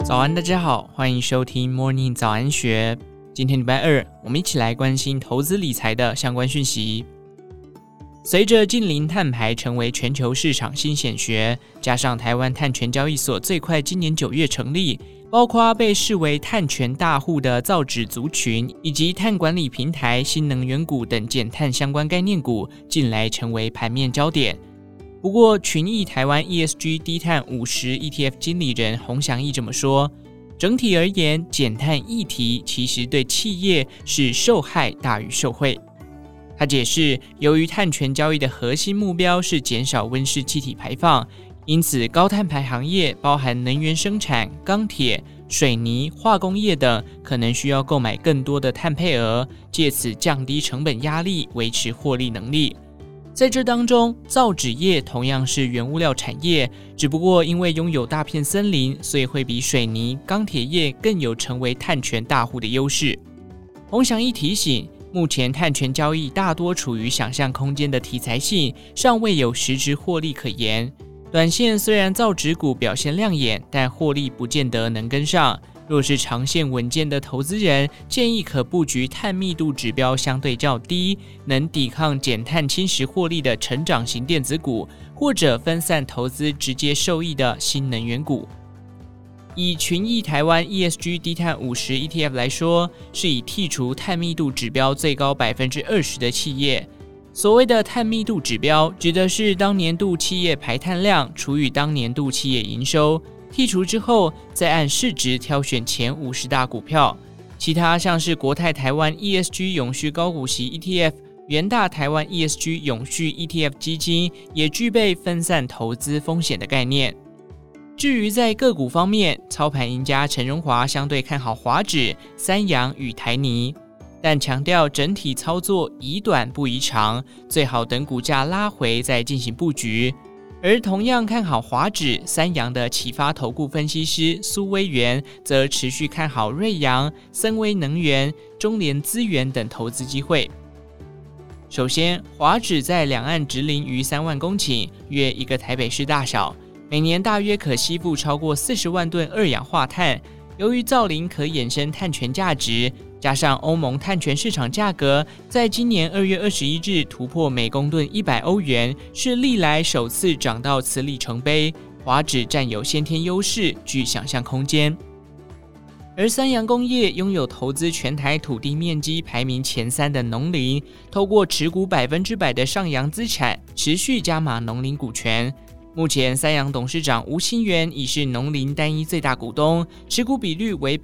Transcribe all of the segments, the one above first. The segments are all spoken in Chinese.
早安，大家好，欢迎收听 Morning 早安学。今天礼拜二，我们一起来关心投资理财的相关讯息。随着近零碳排成为全球市场新显学，加上台湾碳权交易所最快今年9月成立，包括被视为碳权大户的造纸族群，以及碳管理平台、新能源股等减碳相关概念股，近来成为盘面焦点。不过，群益台湾 ESG 低碳50 ETF 经理人洪祥义这么说，整体而言，减碳议题其实对企业是受害大于受惠。他解释，由于碳权交易的核心目标是减少温室气体排放，因此高碳排行业包含能源生产、钢铁、水泥、化工业等，可能需要购买更多的碳配额，借此降低成本压力，维持获利能力。在这当中，造纸业同样是原物料产业，只不过因为拥有大片森林，所以会比水泥、钢铁业更有成为碳权大户的优势。洪祥义提醒，目前碳权交易大多处于想象空间的题材性，尚未有实质获利可言。短线虽然造纸股表现亮眼，但获利不见得能跟上。若是长线稳健的投资人，建议可布局碳密度指标相对较低，能抵抗减碳侵蚀获利的成长型电子股，或者分散投资直接受益的新能源股。以群益台湾 ESG 低碳50 ETF 来说，是以剔除碳密度指标最高 20% 的企业。所谓的碳密度指标，指的是当年度企业排碳量除以当年度企业营收，剔除之后，再按市值挑选前50大股票。其他像是国泰台湾 ESG 永续高股息 ETF、元大台湾 ESG 永续 ETF 基金，也具备分散投资风险的概念。至于在个股方面，操盘赢家陈荣华相对看好华指、三阳与台泥，但强调整体操作宜短不宜长，最好等股价拉回再进行布局。而同样看好华指、三阳的启发投顾分析师苏威元，则持续看好瑞阳、森威能源、中联资源等投资机会。首先，华指在两岸直邻于3万公顷，约一个台北市大小，每年大约可吸附超过40万吨二氧化碳。由于造林可衍生碳权价值，加上欧盟碳权市场价格在今年2月21日突破每公吨100欧元，是历来首次涨到此里程碑，华指占有先天优势，具想象空间。而三阳工业拥有投资全台土地面积排名前3的农林，透过持股100%的上扬资产，持续加码农林股权。目前三阳董事长吴清源已是农林单一最大股东，持股比率为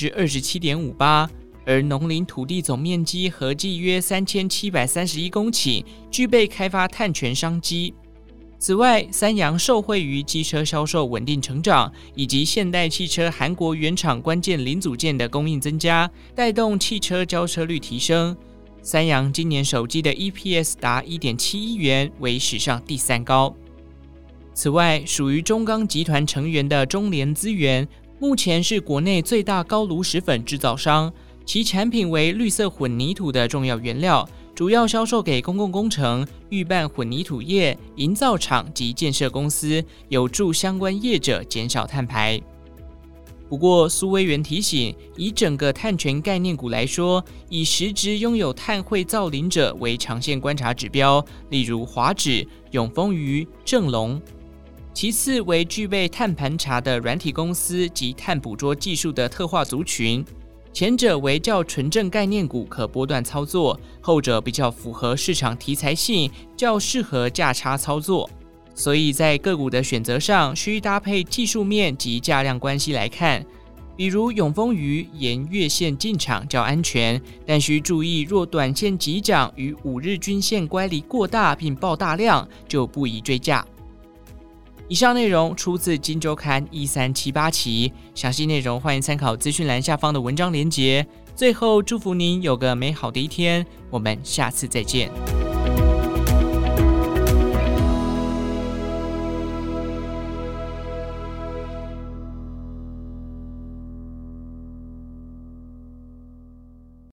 27.58%， 而农林土地总面积合计约3731公顷，具备开发碳权商机。此外，三阳受惠于机车销售稳定成长，以及现代汽车韩国原厂关键零组件的供应增加，带动汽车交车率提升。三阳今年首季的 EPS 达 1.71 元，为史上第3高。此外，属于中钢集团成员的中联资源，目前是国内最大高炉石粉制造商，其产品为绿色混凝土的重要原料，主要销售给公共工程、预拌混凝土业、营造厂及建设公司，有助相关业者减少碳排。不过，苏威元提醒，以整个碳权概念股来说，以实质拥有碳汇造林者为长线观察指标，例如华指、永丰余、正隆。其次为具备碳盘查的软体公司及碳捕捉技术的特化族群，前者为较纯正概念股，可波段操作，后者比较符合市场题材性，较适合价差操作。所以在个股的选择上，需搭配技术面及价量关系来看，比如永丰余沿月线进场较安全，但需注意若短线急涨与5日均线乖离过大并爆大量，就不宜追价。以上内容出自《今周刊》1378期，详细内容欢迎参考资讯栏下方的文章连结。最后，祝福您有个美好的一天，我们下次再见。